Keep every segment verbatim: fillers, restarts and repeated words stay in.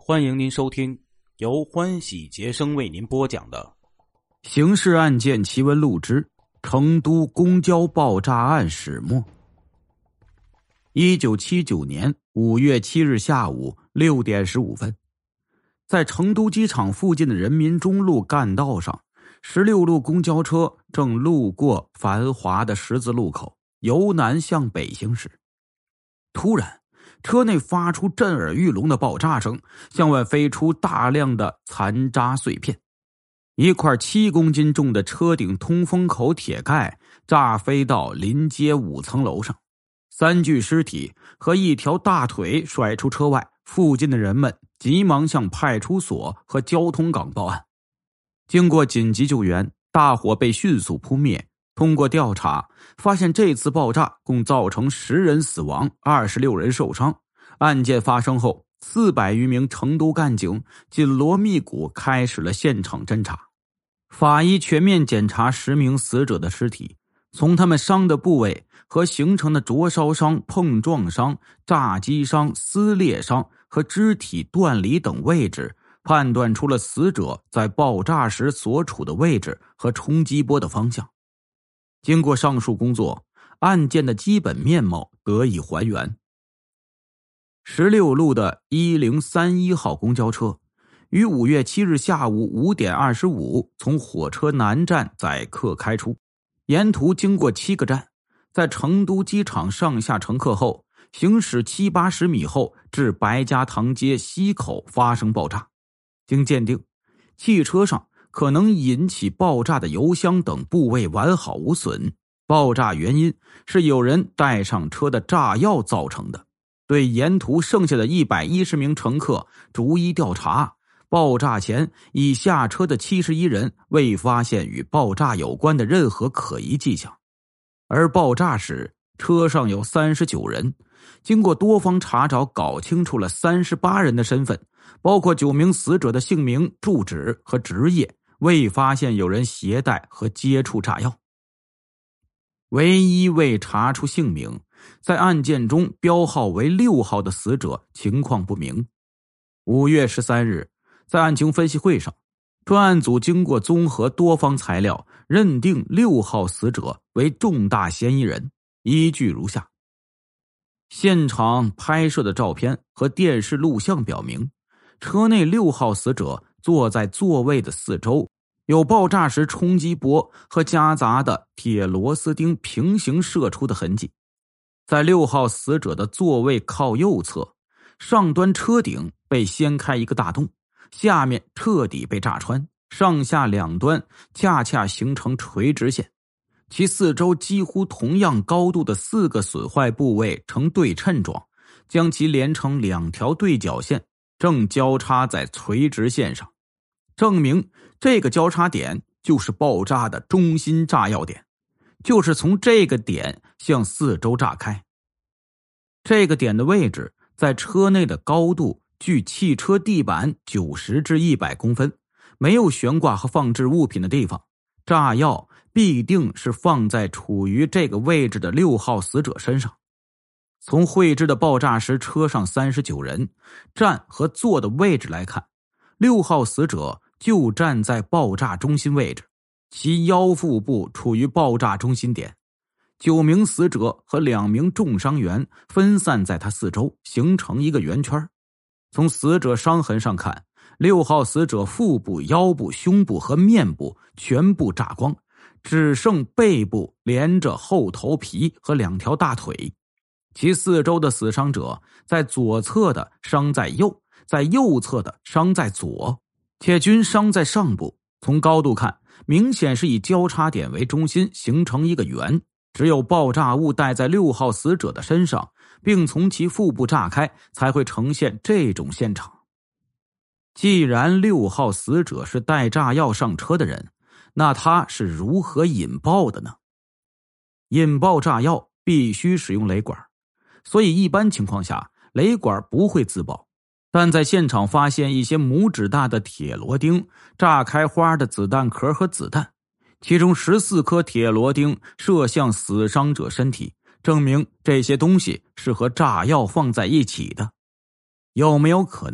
欢迎您收听由欢喜杰生为您播讲的刑事案件奇闻录之成都公交爆炸案始末。一九七九年五月七日下午六点十五分，在成都机场附近的人民中路干道上，十六路公交车正路过繁华的十字路口，由南向北行驶。突然，车内发出震耳欲聋的爆炸声，向外飞出大量的残渣碎片。一块七公斤重的车顶通风口铁盖炸飞到临街五层楼上，三具尸体和一条大腿甩出车外，附近的人们急忙向派出所和交通岗报案。经过紧急救援，大火被迅速扑灭。通过调查，发现这次爆炸共造成十人死亡，二十六人受伤。案件发生后，四百余名成都干警紧锣密鼓开始了现场侦查。法医全面检查十名死者的尸体，从他们伤的部位和形成的灼烧伤、碰撞伤、炸击伤、撕裂伤和肢体断离等位置，判断出了死者在爆炸时所处的位置和冲击波的方向。经过上述工作，案件的基本面貌得以还原。十六路的一零三一号公交车于五月七日下午五点二十五从火车南站载客开出，沿途经过七个站，在成都机场上下乘客后，行驶七八十米后至白家塘街西口发生爆炸。经鉴定，汽车上可能引起爆炸的油箱等部位完好无损，爆炸原因是有人带上车的炸药造成的。对沿途剩下的一百一十名乘客逐一调查，爆炸前已下车的七十一人未发现与爆炸有关的任何可疑迹象，而爆炸时车上有三十九人，经过多方查找搞清楚了三十八人的身份，包括九名死者的姓名、住址和职业，未发现有人携带和接触炸药。唯一未查出姓名，在案件中标号为六号的死者情况不明。五月十三日，在案情分析会上，专案组经过综合多方材料，认定六号死者为重大嫌疑人，依据如下。现场拍摄的照片和电视录像表明，车内六号死者坐在座位的四周，有爆炸时冲击波和夹杂的铁螺丝钉平行射出的痕迹。在六号死者的座位靠右侧，上端车顶被掀开一个大洞，下面彻底被炸穿，上下两端恰恰形成垂直线，其四周几乎同样高度的四个损坏部位呈对称状，将其连成两条对角线，正交叉在垂直线上，证明这个交叉点就是爆炸的中心炸药点，就是从这个点向四周炸开。这个点的位置在车内的高度距汽车地板九十至一百公分，没有悬挂和放置物品的地方，炸药必定是放在处于这个位置的六号死者身上。从绘制的爆炸时车上三十九人站和坐的位置来看，六号死者就站在爆炸中心位置，其腰腹部处于爆炸中心点。九名死者和两名重伤员分散在他四周，形成一个圆圈。从死者伤痕上看，六号死者腹部、腰部、胸部和面部全部炸光，只剩背部连着后头皮和两条大腿。其四周的死伤者，在左侧的伤在右，在右侧的伤在左，且均伤在上部。从高度看，明显是以交叉点为中心形成一个圆，只有爆炸物带在六号死者的身上，并从其腹部炸开，才会呈现这种现场。既然六号死者是带炸药上车的人，那他是如何引爆的呢？引爆炸药必须使用雷管，所以一般情况下雷管不会自爆，但在现场发现一些拇指大的铁螺钉炸开花的子弹壳和子弹，其中十四颗铁螺钉射向死伤者身体，证明这些东西是和炸药放在一起的。有没有可能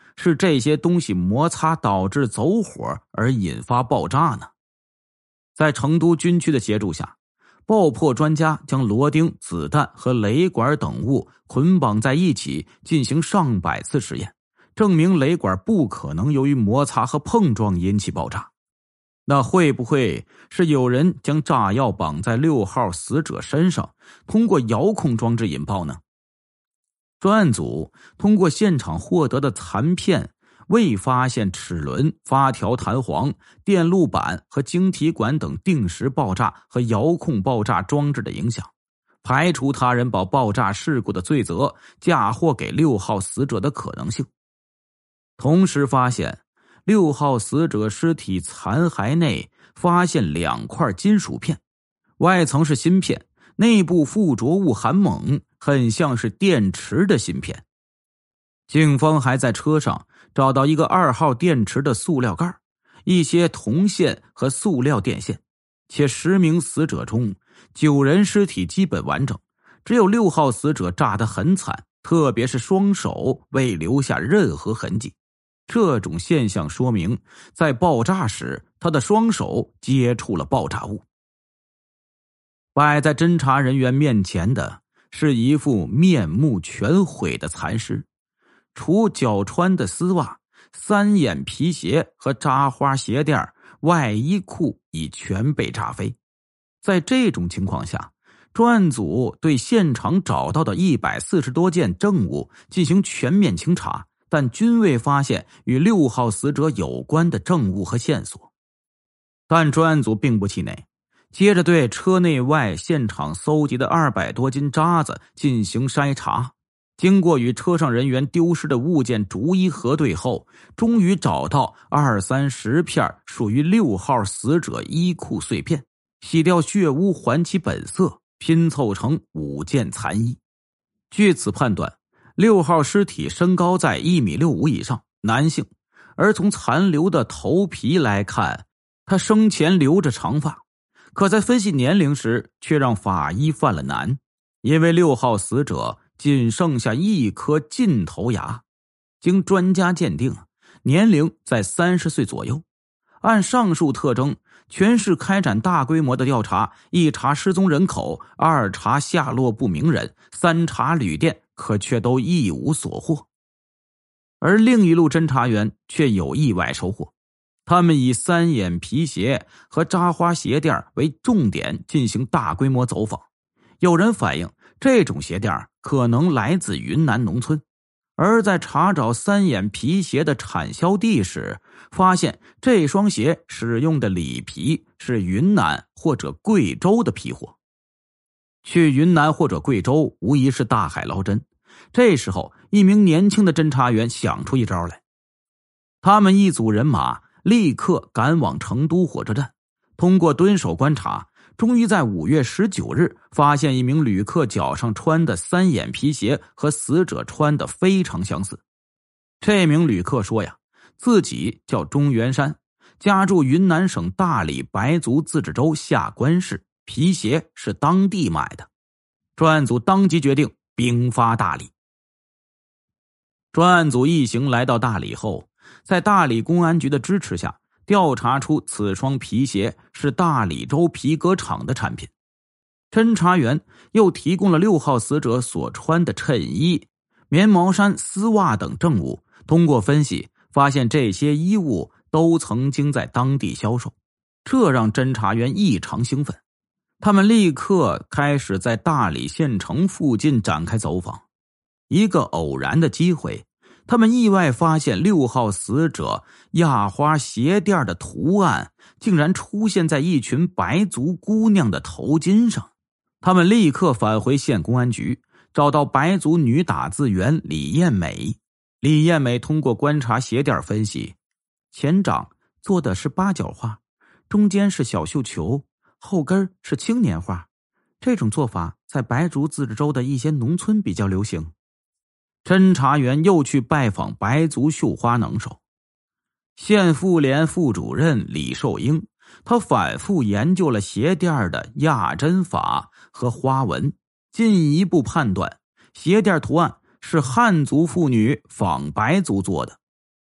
是这些东西摩擦导致走火而引发爆炸呢？在成都军区的协助下，爆破专家将螺钉、子弹和雷管等物捆绑在一起进行上百次实验，证明雷管不可能由于摩擦和碰撞引起爆炸。那会不会是有人将炸药绑在六号死者身上，通过遥控装置引爆呢？专案组通过现场获得的残片，未发现齿轮、发条弹簧、电路板和晶体管等定时爆炸和遥控爆炸装置的影响，排除他人把爆炸事故的罪责嫁祸给六号死者的可能性。同时发现六号死者尸体残骸内发现两块金属片，外层是芯片，内部附着物含锰，很像是电池的芯片。警方还在车上找到一个二号电池的塑料盖，一些铜线和塑料电线，且十名死者中九人尸体基本完整，只有六号死者炸得很惨，特别是双手未留下任何痕迹。这种现象说明在爆炸时他的双手接触了爆炸物。摆在侦查人员面前的是一副面目全毁的残尸，除脚穿的丝袜、三眼皮鞋和扎花鞋垫，外衣裤已全被炸飞。在这种情况下，专案组对现场找到的一百四十多件证物进行全面清查，但均未发现与六号死者有关的证物和线索。但专案组并不气馁，接着对车内外现场搜集的二百多斤渣子进行筛查。经过与车上人员丢失的物件逐一核对后，终于找到二三十片属于六号死者衣裤碎片，洗掉血污还其本色，拼凑成五件残衣。据此判断，六号尸体身高在一米六五以上，男性，而从残留的头皮来看，他生前留着长发，可在分析年龄时却让法医犯了难，因为六号死者仅剩下一颗近头牙，经专家鉴定，年龄在三十岁左右。按上述特征，全市开展大规模的调查，一查失踪人口，二查下落不明人，三查旅店，可却都一无所获。而另一路侦查员却有意外收获，他们以三眼皮鞋和扎花鞋垫为重点进行大规模走访。有人反映这种鞋垫可能来自云南农村，而在查找三眼皮鞋的产销地时，发现这双鞋使用的里皮是云南或者贵州的皮货。去云南或者贵州无疑是大海捞针，这时候一名年轻的侦查员想出一招来。他们一组人马立刻赶往成都火车站，通过蹲守观察，终于在五月十九日发现一名旅客脚上穿的三眼皮鞋和死者穿的非常相似。这名旅客说呀，自己叫钟元山，家住云南省大理白族自治州下关市，皮鞋是当地买的。专案组当即决定兵发大理。专案组一行来到大理后，在大理公安局的支持下，调查出此双皮鞋是大理州皮革厂的产品。侦查员又提供了六号死者所穿的衬衣、棉毛衫、丝袜等证物，通过分析发现这些衣物都曾经在当地销售，这让侦查员异常兴奋。他们立刻开始在大理县城附近展开走访。一个偶然的机会，他们意外发现六号死者压花鞋垫的图案竟然出现在一群白族姑娘的头巾上。他们立刻返回县公安局，找到白族女打字员李艳美。李艳美通过观察鞋垫分析，前掌做的是八角花，中间是小绣球，后跟是青年花。这种做法在白族自治州的一些农村比较流行。侦查员又去拜访白族绣花能手县妇联副主任李寿英，他反复研究了鞋垫的压针法和花纹，进一步判断鞋垫图案是汉族妇女仿白族做的，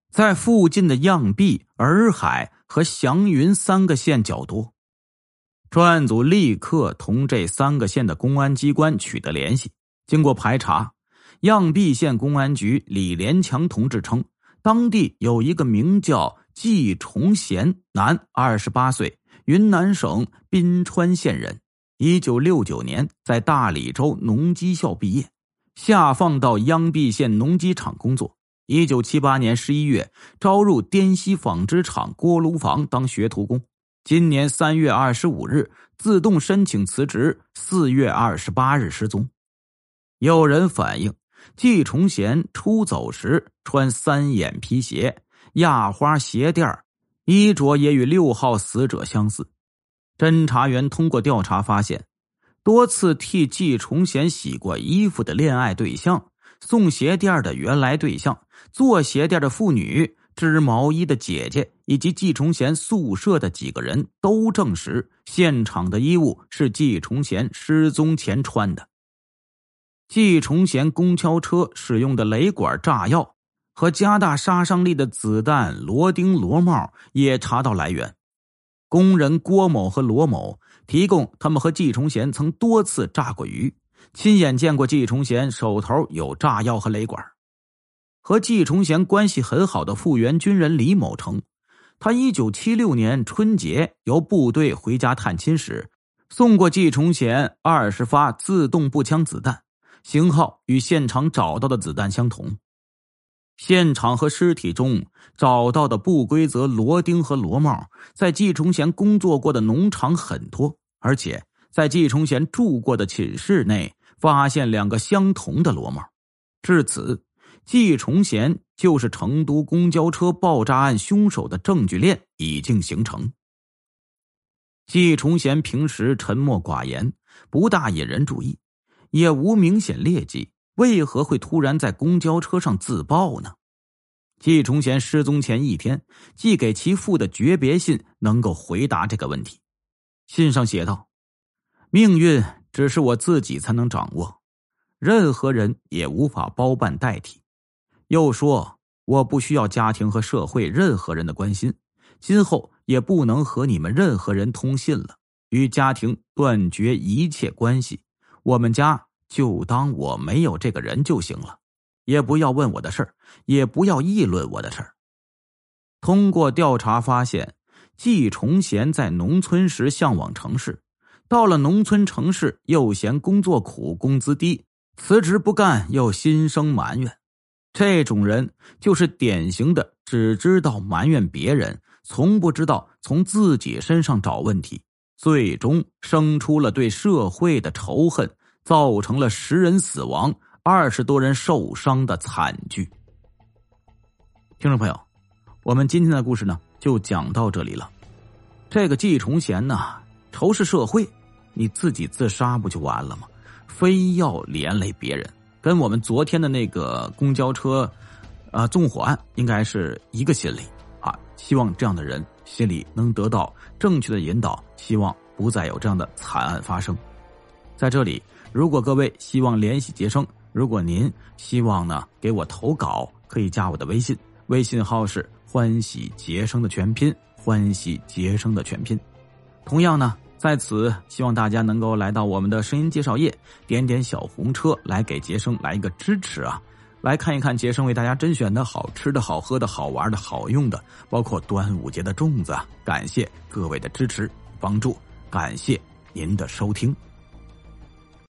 在附近的漾濞、洱海和祥云三个县较多。专案组立刻同这三个县的公安机关取得联系，经过排查，漾濞县公安局李连强同志称，当地有一个名叫季崇贤，男，二十八岁，云南省宾川县人，一九六九年在大理州农机校毕业，下放到漾濞县农机厂工作。一九七八年十一月招入滇西纺织厂锅炉房当学徒工。今年三月二十五日自动申请辞职，四月二十八日失踪。有人反映，季崇贤出走时穿三眼皮鞋、压花鞋垫，衣着也与六号死者相似。侦查员通过调查发现，多次替季崇贤洗过衣服的恋爱对象、送鞋垫的原来对象、做鞋垫的妇女、织毛衣的姐姐以及季崇贤宿舍的几个人都证实，现场的衣物是季崇贤失踪前穿的。季崇贤公交车使用的雷管炸药和加大杀伤力的子弹螺钉螺帽也查到来源。工人郭某和罗某提供他们和季崇贤曾多次炸过鱼，亲眼见过季崇贤手头有炸药和雷管。和季崇贤关系很好的复员军人李某称，他一九七六年春节由部队回家探亲时，送过季崇贤二十发自动步枪子弹，型号与现场找到的子弹相同。现场和尸体中找到的不规则螺钉和螺帽，在季崇贤工作过的农场很多，而且在季崇贤住过的寝室内发现两个相同的螺帽。至此，季崇贤就是成都公交车爆炸案凶手的证据链已经形成。季崇贤平时沉默寡言，不大引人注意，也无明显劣迹，为何会突然在公交车上自爆呢？季崇贤失踪前一天寄给其父的诀别信能够回答这个问题。信上写道：命运只是我自己才能掌握，任何人也无法包办代替。又说，我不需要家庭和社会任何人的关心，今后也不能和你们任何人通信了，与家庭断绝一切关系，我们家就当我没有这个人就行了，也不要问我的事儿，也不要议论我的事儿。通过调查发现，季崇贤在农村时向往城市，到了农村城市又嫌工作苦工资低，辞职不干又心生埋怨。这种人就是典型的只知道埋怨别人，从不知道从自己身上找问题，最终生出了对社会的仇恨，造成了十人死亡、二十多人受伤的惨剧。听众朋友，我们今天的故事呢就讲到这里了。这个季崇贤呢，仇视社会，你自己自杀不就完了吗？非要连累别人，跟我们昨天的那个公交车啊、呃、纵火案应该是一个心理啊。希望这样的人心里能得到正确的引导，希望不再有这样的惨案发生。在这里，如果各位希望联系杰生，如果您希望呢给我投稿，可以加我的微信，微信号是欢喜杰生的全拼，欢喜杰生的全拼。同样呢，在此希望大家能够来到我们的声音介绍页，点点小红车来给杰生来一个支持啊！来看一看杰生为大家甄选的好吃的好喝的好玩的好用的，包括端午节的粽子啊！感谢各位的支持帮助，感谢您的收听。